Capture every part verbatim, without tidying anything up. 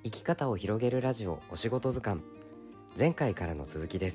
生き方を広げるラジオお仕事図鑑、前回からの続きです。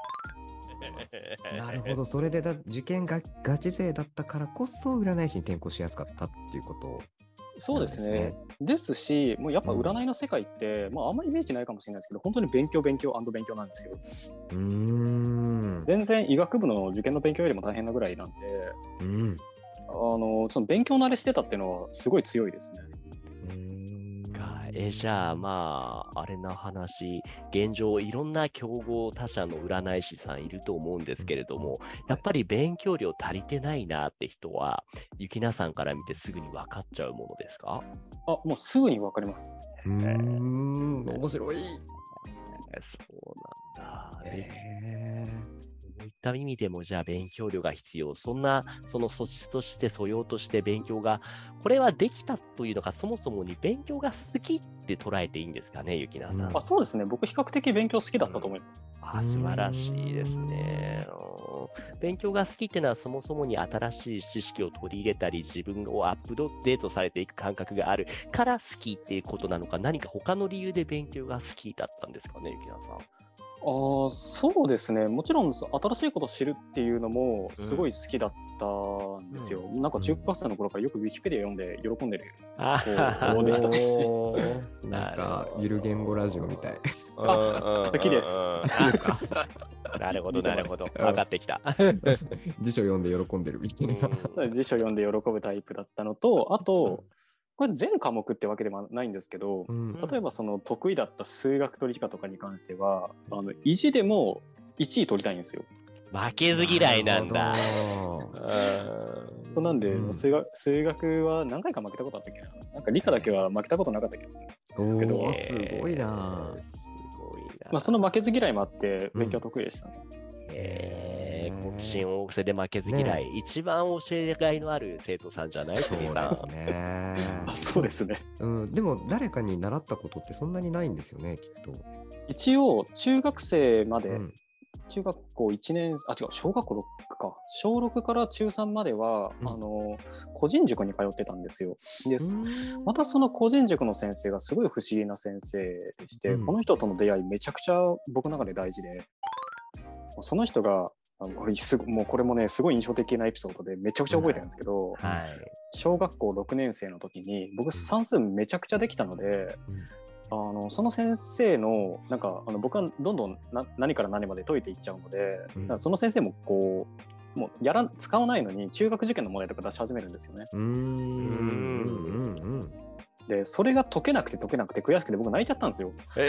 なるほど、それでだ受験がガチ勢だったからこそ占い師に転校しやすかったっていうことそうですね。 なんですね。 ですし、もうやっぱ占いの世界って、まああんまりイメージないかもしれないですけど、本当に勉強勉強勉強なんですよ。 うーん。 全然医学部の受験の勉強よりも大変なぐらいなんで、 うん。 あのその勉強慣れしてたっていうのはすごい強いですね。 うーんかえじゃあまああれな話、現状いろんな競合他社の占い師さんいると思うんですけれども、やっぱり勉強量足りてないなって人はゆきなさんから見てすぐに分かっちゃうものですか？ あ、もうすぐに分かります。 うーん面白い。 えーそうなんだ。でえそういった意味でもじゃあ勉強量が必要。そんなその素質として素養として勉強がこれはできたというのがそもそもに勉強が好きって捉えていいんですかね、ゆきなさん。 うんあ、そうですね。僕比較的勉強好きだったと思います。 あ、素晴らしいですね。うん勉強が好きっていうのはそもそもに新しい知識を取り入れたり自分をアップデートされていく感覚があるから好きっていうことなのか、何か他の理由で勉強が好きだったんですかね、ゆきなさん。 ああ、そうですね。もちろんそ新しいことを知るっていうのもすごい好きだったんですよ。なんか中学生の頃からよくウィキペディア読んで喜んでるあ子でしたね。 おーなんかゆる言語ラジオみたい。 好きですなるほど、なるほど。 うん分かってきた。 辞書読んで喜んでるみたいな。 辞書読んで喜ぶタイプだったのと、あと、これ全科目ってわけではないんですけど、 うん例えばその得意だった数学と理科とかに関しては、あの意地でもいちい取りたいんですよ。 負けず嫌いなんだ。 なるほそうなんで、 うん数学数学は何回か負けたことあったっけな。なんか理科だけは負けたことなかった気がする。 どですけどおーすごいなえーすごいな。 まあ、その負けず嫌いもあって勉強得意でしたね。 えー、好奇心旺盛で負けず嫌い、一番教えがいのある生徒さんじゃないそう杉さん。 ですね。 あ、そうですね。 うん、でも誰かに習ったことってそんなにないんですよね、きっと。 一応中学生まで、 うん中学校いちねん、あ、違う、小学校ろくか。小ろくから中さんまでは、 うんあの、個人塾に通ってたんですよ。で、そうんまたその個人塾の先生がすごい不思議な先生でして、 うんこの人との出会いめちゃくちゃ僕の中で大事で、その人が、あのこれすごもうこれもね、すごい印象的なエピソードでめちゃくちゃ覚えてるんですけど、 はい。 小学校ろくねん生の時に僕算数めちゃくちゃできたので、 うんあのその先生のなんかあの僕はどんどんな何から何まで解いていっちゃうので、 うんだからその先生もこうもうやら使わないのに中学受験の問題とか出し始めるんですよね。 うーんうんうんでそれが解けなくて解けなくて悔しくて僕泣いちゃったんですよ。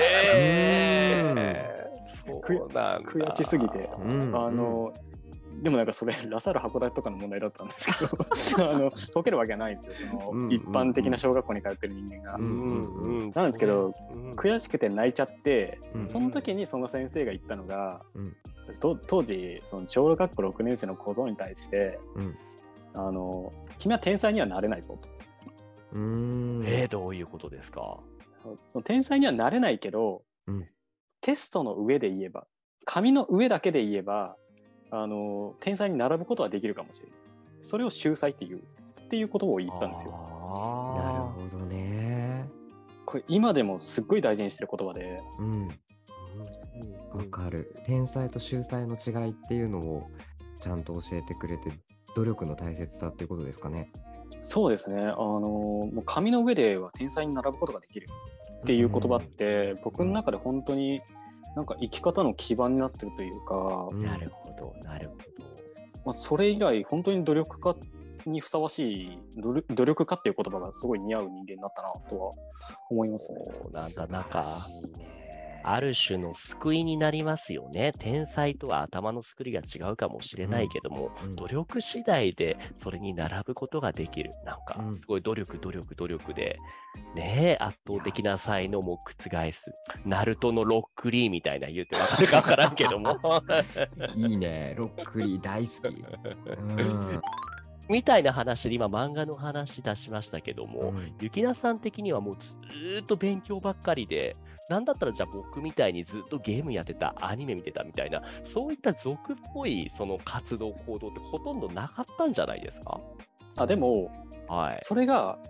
えー、そうなんだ。 悔しすぎて。 うんうんあのでもなんかそれラサール函館とかの問題だったんですけどあの解けるわけはないんですよ、その、 うんうんうん一般的な小学校に通ってる人間が。 うんうんうんなんですけど、 うん悔しくて泣いちゃって、 うんその時にその先生が言ったのが、 うんと当時その小学校ろくねん生の小僧に対して、 うんあの君は天才にはなれないぞと。 うーんえー、どういうことですか？ その天才にはなれないけど、 うんテストの上で言えば、紙の上だけで言えば、あの天才に並ぶことはできるかもしれない。それを秀才っていうっていうことを言ったんですよ。 あなるほどね。 これ今でもすっごい大事にしてる言葉で、 うんど。 わかる。天才と秀才の違いっていうのをちゃんと教えてくれて、努力の大切さっていうことですかね。 そうですね。あのもう紙の上では天才に並ぶことができるっていう言葉って、僕の中で本当になんか生き方の基盤になってるというか、 うんなるほど、なるほど。 まあ、それ以来本当に努力家にふさわしい努力努力家っていう言葉がすごい似合う人間になったなとは思いますね。 そうなんだ、なんか、 いいね。 ある種の救いになりますよね。天才とは頭の作りが違うかもしれないけども、 うんうん努力次第でそれに並ぶことができる。なんかう、んすごい努力、努力、努力で、ねえ、圧倒的な才能も覆す。ナルトのロックリーみたいな言うてわかるかわからんけども。 いいね。ロックリー大好き。うんみたいな話で今漫画の話出しましたけども、 うんゆきなさん的にはもうずーっと勉強ばっかりで、なんだったらじゃあ僕みたいにずっとゲームやってた、アニメ見てたみたいな、そういった俗っぽいその活動行動ってほとんどなかったんじゃないですか？ あでもはい。 それが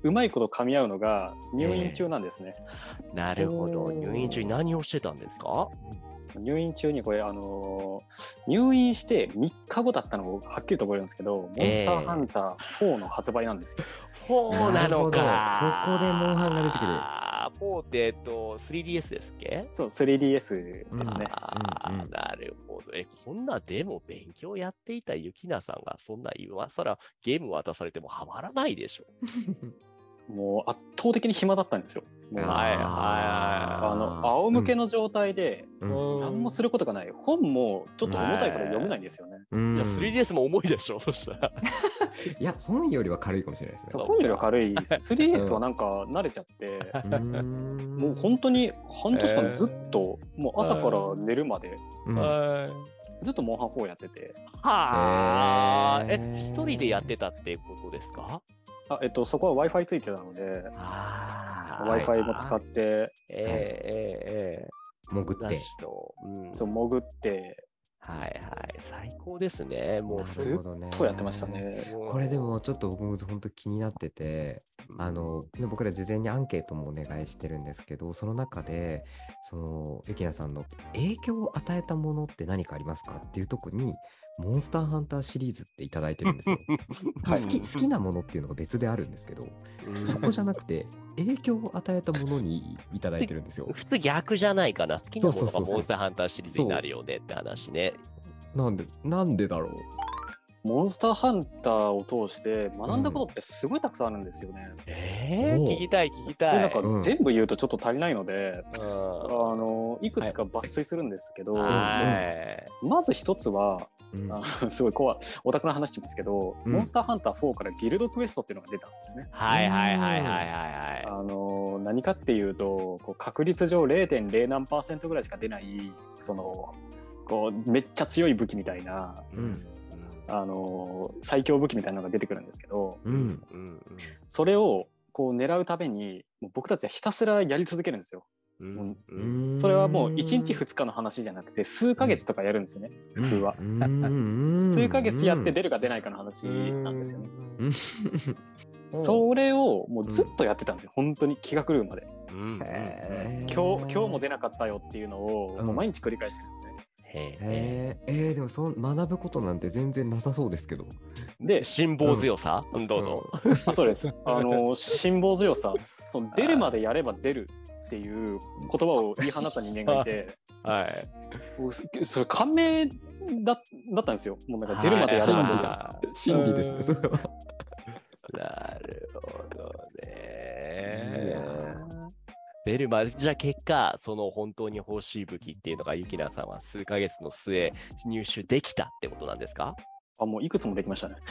うまいこと噛み合うのが入院中なんですね。 なるほど。 おー入院中に何をしてたんですか？ 入院中にこれ、あのー入院してみっかごだったのをはっきりと覚えるんですけど、モンスターハンターフォーの発売なんですよ。 フォーなのか。 なるほどここでモンハンが出てくるあーフォーって、えっと、スリーディーエス ですっけ？ そう、スリーディーエス ですね。 あーうんうんなるほど。え、こんなでも勉強やっていたゆきなさんがそんな今更ゲーム渡されてもハマらないでしょ。 もう圧倒的に暇だったんですよ。もうあーはいはいはいあの仰向けの状態でうん何もすることがない。本もちょっと重たいから読めないんですよね。 うんいや、スリーディーエス も重いでしょ、そしたら。 いや本よりは軽いかもしれないですね。 そう本よりは軽い。スリーディーエス はなんか慣れちゃって、 うんもう本当に半年間ずっと、もう朝から寝るまでうんずっとモンハンフォーやってて、 はあ、 へえ、 ー一人でやってたってことですか？ あえっと、そこは Wi-Fi ついてたので、 あ Wi-Fi も使っって、 ええええええ。 潜って。 と、うん、 そう潜って、 はいはい、最高ですね。もうなずっるほどね。 とやってましたね。 と。 これでもちょっと僕も本当気になってて、あのね僕ら事前にアンケートもお願いしてるんですけど、その中でそのゆきなさんの影響を与えたものって何かありますかっていうとこにモンスターハンターシリーズっていただいてるんですよ。 はい好き好きなものっていうのが別であるんですけど、 うんそこじゃなくて影響を与えたものにいただいてるんですよ。 普通逆じゃないかな。好きなものがそうそうそうそうモンスターハンターシリーズになるよねって話ね。 なんでなんでだろう。 モンスターハンターを通して学んだことってすごいたくさんあるんですよね。 えー、 おう聞きたい聞きたい。 でなんかうん全部言うとちょっと足りないので、 うんあのいくつか抜粋するんですけど、 はいまず一つはうんあのすごい怖いオタクの話しますけど、 うんモンスターハンターフォーからギルドクエストっていうのが出たんですね。 はいはいはいはいはいはい。 あの何かっていうとこう確率上 れいてんれい 何パーセントぐらいしか出ないそのこうめっちゃ強い武器みたいな、 うんあの最強武器みたいなのが出てくるんですけど、 うんうんうんそれをこう狙うためにもう僕たちはひたすらやり続けるんですよ。 うんううんそれはもういちにちふつかの話じゃなくて数ヶ月とかやるんですね、普通は。 うん数ヶ月やって出るか出ないかの話なんですよね。 うんそれをもうずっとやってたんですよ、本当に気が狂うまで。 うんへー今日今日も出なかったよっていうのをうんもう毎日繰り返してるんですね。 へーへーえー、でもそん学ぶことなんて全然なさそうですけど。 で、 辛抱強さ、うんどうぞ。 あそうです。あの辛抱強さ、その出るまでやれば出るっていう言葉を言い放った人間がいて、 はい。 もうそそれ感銘だだったんですよ。もうなんか出るまでやれば出る。 あー真理ですね、それは。 なるほどいねや。 出るまで、じゃあ結果、その本当に欲しい武器っていうのが、ゆきなさんは数ヶ月の末入手できたってことなんですか？ あもういくつもできましたね。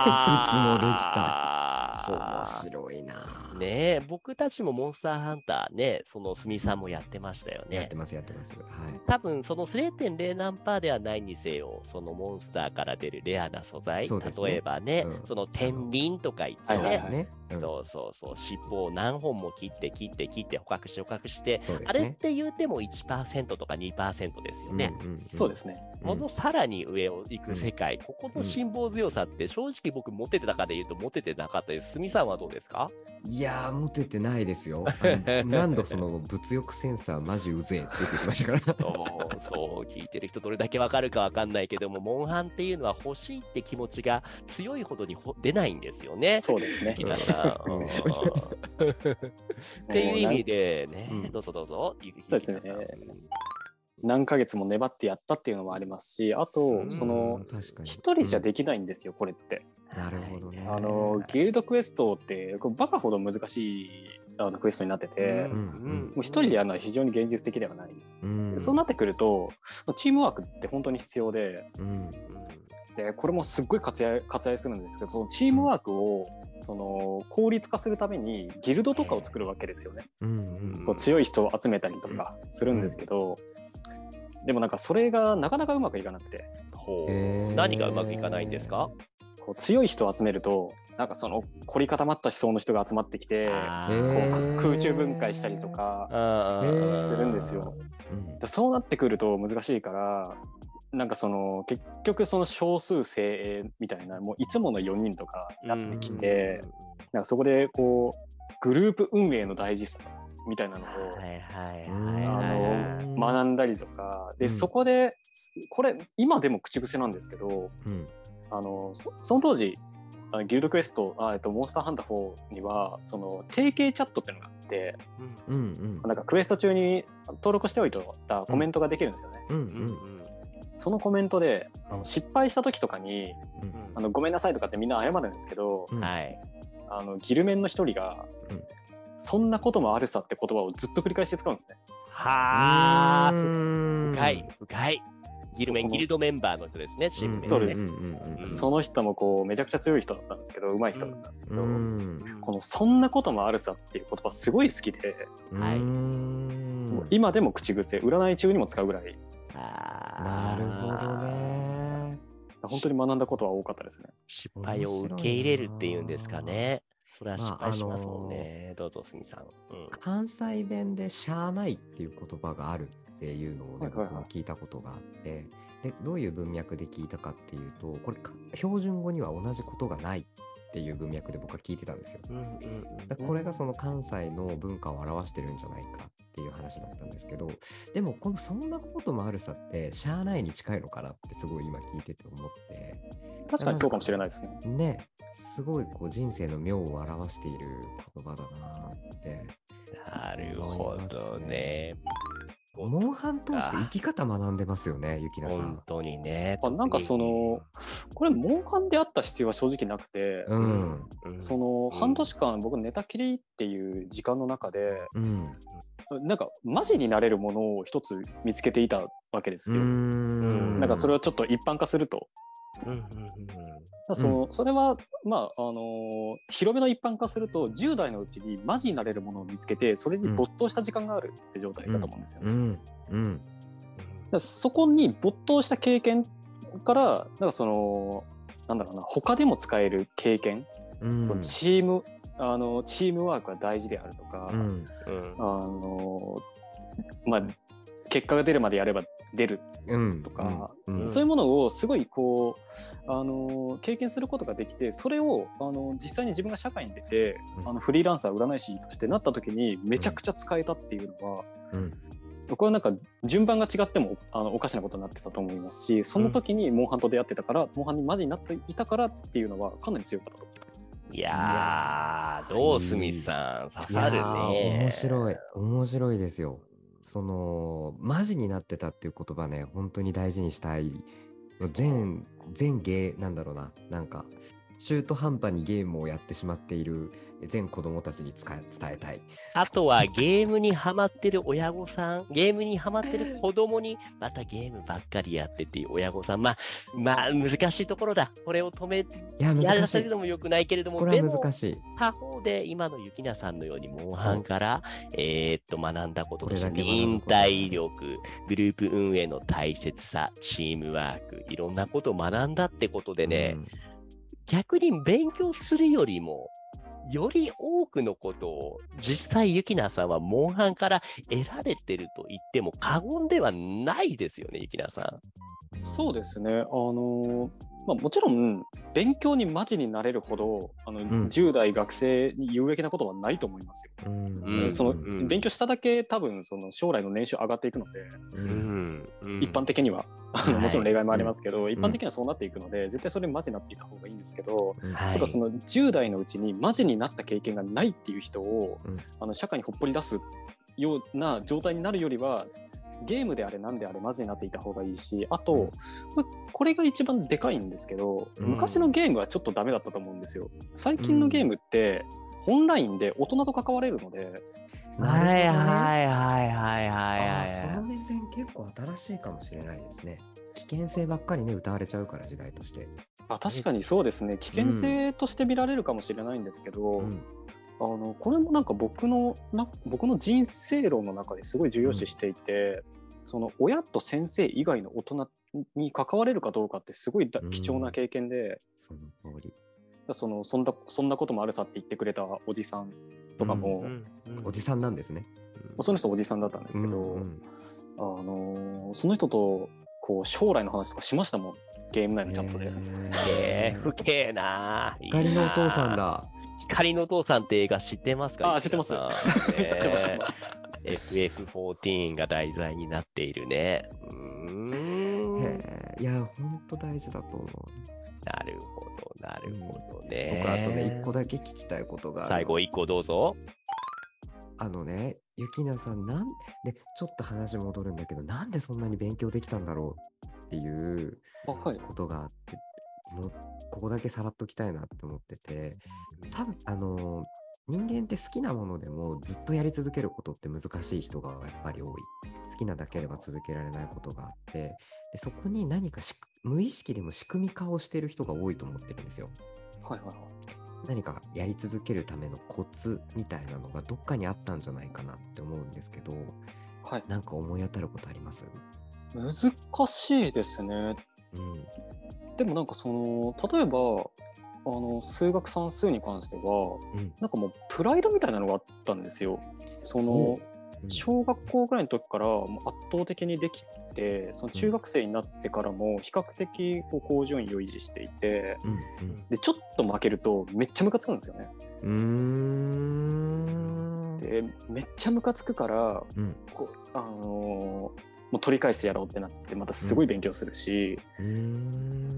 あー面白いな。 ねえ、僕たちもモンスターハンターね、そのすみさんもやってましたよねやって。ます、やってます。はい。 多分その れいてんれい 何パーではないにせよ、そのモンスターから出るレアな素材、 そうですね例えばね、 うんその天輪とか言ってね、 はいはいはいね。うんそうそうそう、尻尾を何本も切って切って切って捕獲して捕獲して、 そうですねあれって言うてもいちパーセントとかにパーセントですよね。 うんうんうんそうですね。 このさらに上を行く世界、ここの辛抱強さって正直僕持ててたかで言うと持ててなかったです。すみさんはどうですか？ いやー、持ててないですよ。あの何度その物欲センサーマジうぜえって言ってきましたから。 そうそう聞いてる人どれだけわかるかわかんないけども、モンハンっていうのは欲しいって気持ちが強いほどにほ出ないんですよね。 そうですね。 皆さん。 うんうんっていう意味でね、 うんどうぞどうぞ。 そうですね何ヶ月も粘ってやったっていうのもありますし、あとうんその確かに一人じゃできないんですよ、これって。 なるほどね。 あのギルドクエストってこれバカほど難しいあのクエストになってて、 んもう一人でやるのは非常に現実的ではない。 うんそうなってくるとチームワークって本当に必要で、 うんでこれもすっごい活躍活躍するんですけど、そのチームワークをその効率化するためにギルドとかを作るわけですよね。 うんこう強い人を集めたりとかするんですけど、でもなんかそれがなかなかうまくいかなくて、 ほうへー何がうまくいかないんですか？ こう強い人を集めるとなんかその凝り固まった思想の人が集まってきて、 あこうへーく空中分解したりとかーするんですよ。 うんでそうなってくると難しいから、なんかその結局その少数精鋭みたいなもういつものよにんとかになってきて、 なんかそこでこうグループ運営の大事さみたいなのを、 はいはいうんはいはいあの学んだりとかで、 うんそこでこれ今でも口癖なんですけど、 うんあの そ, その当時あのギルドクエスト、あえっとモンスターハンターフォーにはその提携チャットっていうのがあって、 うんうんうんなんかクエスト中に登録しておいたコメントができるんですよね。 うんううんうんんそのコメントであの失敗した時とかにうんあのごめんなさいとかってみんな謝るんですけど、 うんはい。 あのギルメンの一人が、 うんそんなこともあるさって言葉をずっと繰り返して使うんですね。 はあ、 うーん深い、深い。ギルメン、 そこのギルドメンバーの人ですね、チームメンバーねそうですんうんうんその人もこうめちゃくちゃ強い人だったんですけど、上手い人だったんですけど、 うんこのそんなこともあるさっていう言葉すごい好きで、 はいうーんもう今でも口癖、占い中にも使うぐらい、 あーなるほどね。 本当に学んだことは多かったですね。 失敗を受け入れるっていうんですかね。それは失敗しますもんね。どうぞ、すみさん。うん関西弁でしゃあないっていう言葉があるっていうのをね、 はいはいはい僕も聞いたことがあってで、どういう文脈で聞いたかっていうと、これか標準語には同じことがないっていう文脈で僕は聞いてたんですよ。 うんうんだからこれがその関西の文化を表してるんじゃないかっていう話だったんですけど、でもこのそんなこともあるさってしゃあないに近いのかなってすごい今聞いてて思って確かにそうかもしれないですね。 ね、すごいこう人生の妙を表している言葉だなって。 なるほどね。 モンハン通して生き方学んでますよね、ゆきなさ本ん。 当にね。 あなんかそのこれモンハンであった必要は正直なくて、 うん。 うん、 その半年間僕寝たきりっていう時間の中で、 うん。 なんかマジになれるものを一つ見つけていたわけですよ。 んなんかそれをちょっと一般化すると、 うんうんそのそれはまああのー広めの一般化するとじゅう代のうちにマジになれるものを見つけてそれに没頭した時間があるって状態だと思うんですよね。 うん。うん。 だからそこに没頭した経験からなんかそのなんだろうな他でも使える経験、 うん。 そのチームあのチームワークが大事であるとか、 うん。 うんあのまあ結果が出るまでやれば出るうん。 とか、 うん。 そういうものをすごいこうあの経験することができて、それをあの実際に自分が社会に出て、 うんあのフリーランサー占い師としてなった時にめちゃくちゃ使えたっていうのは、 うん。 これはなんか順番が違ってもあのおかしなことになってたと思いますし、その時にモンハンと出会ってたから、モンハンにマジになっていたからっていうのはかなり強かったと思います。 いやー、どうすみさん、刺さるいやーね。 面白い。面白いですよ。その、マジになってたっていう言葉ね、本当に大事にしたい。全、全ゲー、なんだろうな、なんか、中途半端にゲームをやってしまっている全子供たちに使え伝えたい。 あとはゲームにハマってる親御さん、ゲームにハマってる子供にまたゲームばっかりやってっていう親御さん、まあ、まあ難しいところだ。これを止め、 いや、 やら難しいせる。のも良くないけれども、 これでもは難しい。 他方で今のゆきなさんのようにモンハンから、えーっと学んだこととしてこれだけ学ぶ忍ことが耐力、グループ運営の大切さ、チームワーク、いろんなことを学んだってことでね、逆に勉強するよりも、より多くのことを実際ゆきなさんはモンハンから得られてると言っても過言ではないですよね、ゆきなさん。 そうですね。あのまあ、もちろん勉強にマジになれるほどあの、 んじゅう代学生に有益なことはないと思いますよ。 うんうんそのうん勉強しただけ多分その将来の年収上がっていくので、 ううんんうん一般的にはあのはいもちろん例外もありますけど、 ん一般的にはそうなっていくので、絶対それマジになっていた方がいいんですけど、 うんはいただそのじゅう代のうちにマジになった経験がないっていう人を、 うんあの社会にほっぽり出すような状態になるよりは、ゲームであれなんであれマジになっていた方がいいし、あと、 うんこれこれが一番でかいんですけど、 うん昔のゲームはちょっとダメだったと思うんですよ。最近のゲームって、オンラインで大人と関われるので、 なるほどねはいはいはいはいはいあはいーその目線結構新しいかもしれないですね。危険性ばっかりね、歌われちゃうから、時代として。 あ確かにそうですね、危険性として見られるかもしれないんですけど、 うんあのこれもなんか僕のな僕の人生論の中ですごい重要視していて、その親と先生以外の大人に関われるかどうかってすごいだうん貴重な経験で、 その通り。 そのそんなそんなこともあるさって言ってくれたおじさんとかも、 うんうんおじさんなんですね。 その人おじさんだったんですけど、 うんうんあのその人とこう将来の話とかしましたもん、ゲーム内のチャットで。 えー、不敬なぁ。 光のお父さんだ。 光のお父さんって映画知ってますか？ あ、知ってます。知ってます。 エフエフじゅうよん が題材になっているね。うーん。 へえ、いや、ほんと大事だと思う。 なるほど、なるほどね。 僕、あとね、一個だけ聞きたいことがある。 最後一個どうぞ。 あのね、ゆきなさん、なんで、ちょっと話戻るんだけど、なんでそんなに勉強できたんだろうっていうことがあって、もうここだけさらっときたいなって思ってて、多分あの人間って好きなものでもずっとやり続けることって難しい人がやっぱり多い。好きなだけでは続けられないことがあって、でそこに何かし無意識でも仕組み化をしてる人が多いと思ってるんですよ。 はいはいはい。 何かやり続けるためのコツみたいなのがどっかにあったんじゃないかなって思うんですけど、 はい、 なんか思い当たることあります？ 難しいですね。 うん、 でもなんかその例えばあの数学算数に関しては、うん、なんかもうプライドみたいなのがあったんですよ。その小学校ぐらいの時からもう圧倒的にできて、その中学生になってからも比較的こう高順位を維持していて、うんうん、でちょっと負けるとめっちゃムカつくんですよね。うーんでめっちゃムカつくから、うん、こうあのー、もう取り返してやろうってなってまたすごい勉強するし、うん、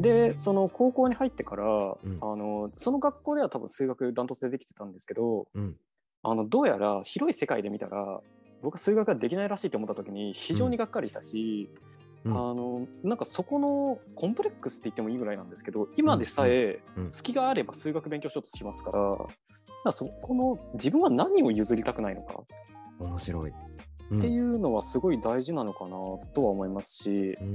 でその高校に入ってから、うん、あのその学校では多分数学ダントツでできてたんですけど、うん、あのどうやら広い世界で見たら僕は数学ができないらしいと思った時に非常にがっかりしたし、うん、あのなんかそこのコンプレックスって言ってもいいぐらいなんですけど、今でさえ隙があれば数学勉強しようとしますから、だからそこの自分は何を譲りたくないのか面白い、 うん、っていうのはすごい大事なのかなとは思いますし、うん、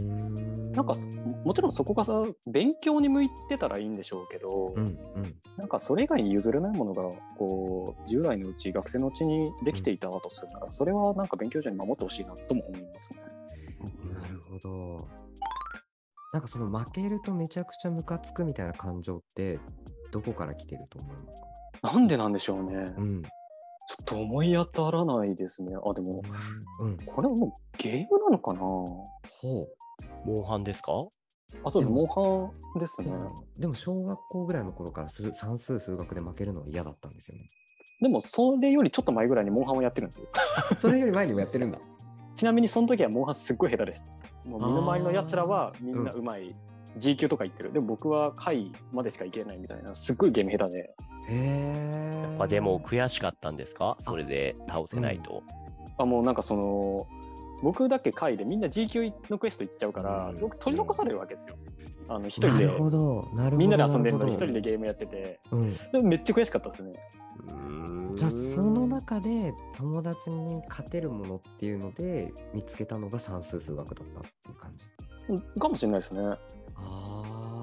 なんかもちろんそこがさ勉強に向いてたらいいんでしょうけど、うんうん、なんかそれ以外に譲れないものがこうじゅう代のうち学生のうちにできていたとするなら、それはなんか勉強所に守ってほしいなとも思いますね。 なるほど。なんかその負けるとめちゃくちゃムカつくみたいな感情ってどこから来てると思いますか？ なんでなんでしょうね、うん、ちょっと思い当たらないですね。あ、でも、うん、これはもうゲームなのかな。ほう、モンハンですか？ あ、そうです、モンハンですね。 でも小学校ぐらいの頃から算数数学で負けるのは嫌だったんですよね。 でもそれよりちょっと前ぐらいにモンハンをやってるんですよ。 それより前にもやってるんだ。 ちなみにその時はモンハンすっごい下手でした。もう身の回りのやつらはみんなうまい、うん、ジー 級とか行ってる。でも僕は下位までしか行けないみたいな、すっごいゲーム下手で。 へー。やっぱでも悔しかったんですか？それで倒せないと。 あ、うん、あもうなんかその僕だけ下位でみんな ジー 級のクエスト行っちゃうから、うん、僕取り残されるわけですよ。あの一人でみんなで遊んでるのに一人でゲームやってて、うん、でもめっちゃ悔しかったですね。 うーん、じゃあその中で友達に勝てるものっていうので見つけたのが算数数学だったっていう感じ、 うん、かもしれないですね。 あ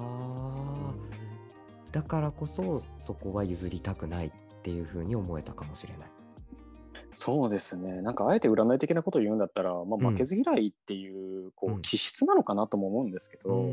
ー、だからこそそこは譲りたくないっていう風に思えたかもしれない。 そうですね。なんかあえて占い的なことを言うんだったら、まあ、負けず嫌いっていう、うん、こう気質なのかなとも思うんですけど、うん、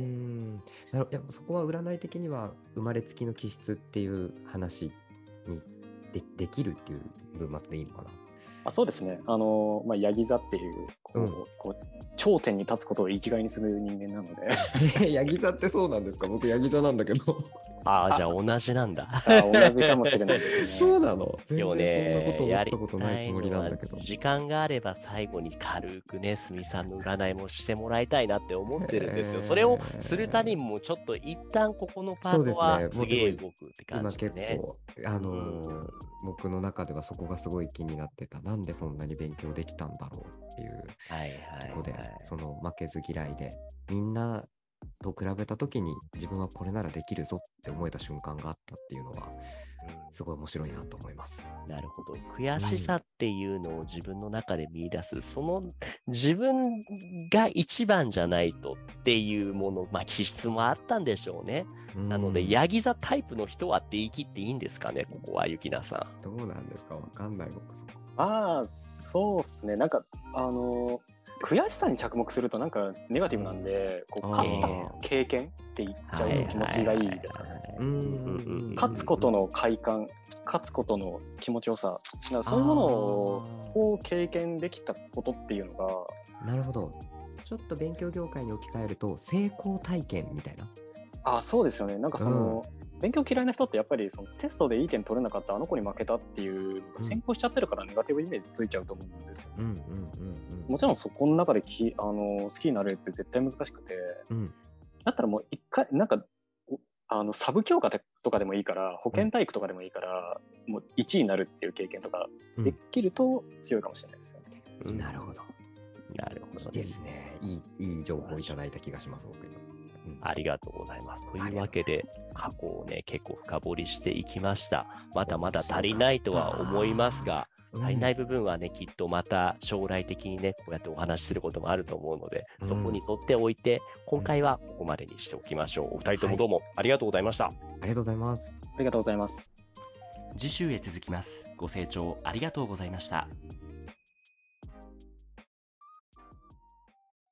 なるいやそこは占い的には生まれつきの気質っていう話に で, できるっていう文末でいいのかな。 あ、そうですね。あの、まあ、ヤギ座っていうこう、うん、こう頂点に立つことを生きがいにする人間なので。 ヤギ座ってそうなんですか？僕ヤギ座なんだけど。 ああ、じゃあ同じなんだ。 あ、同じかもしれないですね。 そうなの？全然そんなこと思ったことないつもりなんだけど。 時間があれば最後に軽くね、すみさんの占いもしてもらいたいなって思ってるんですよ。それをするためにもちょっと一旦ここのパートはすげえ動くって感じでね。 今結構、あのーうん、僕の中ではそこがすごい気になってた。なんでそんなに勉強できたんだろうっていうとこで、はいはいはい、その負けず嫌いでみんなと比べた時に自分はこれならできるぞって思えた瞬間があったっていうのは、うん、すごい面白いなと思います。 なるほど。悔しさっていうのを自分の中で見出す、うん、その自分が一番じゃないとっていうもの、まあ気質もあったんでしょうね。うん、なのでヤギ座タイプの人はって言い切っていいんですかね、ここはゆきなさん。 どうなんですか？わかんない僕そこ。 ああ、そうですね。なんかあの悔しさに着目するとなんかネガティブなんで、こう勝った経験って言っちゃうと気持ちがいいですかね。勝つことの快感、勝つことの気持ちよさ、なんかそういうものを経験できたことっていうのが。 なるほど。ちょっと勉強業界に置き換えると成功体験みたいな。 あ、そうですよね。なんかその、 勉強嫌いな人ってやっぱりそのテストでいい点取れなかったあの子に負けたっていうのが先行しちゃってるからネガティブイメージついちゃうと思うんですよ。うんうんうんうん、もちろんそこの中できあの好きになれるって絶対難しくて、うん、だったらもう一回なんかあのサブ教科とかでもいいから保健体育とかでもいいから、うん、もういちいになるっていう経験とかできると強いかもしれないですよね。 うん、なるほど。 なるほどですね。いい、いい情報をいただいた気がします、僕。 うん、ありがとうございます。というわけで、過去をね、結構深掘りしていきました。まだまだ足りないとは思いますが、足りない部分はね、きっとまた将来的にね、こうやってお話しすることもあると思うので、うん、そこにとっておいて、今回はここまでにしておきましょう。お二人ともどうもありがとうございました。はい、 ありがとうございます。 ありがとうございます。 次週へ続きます。ご清聴ありがとうございました。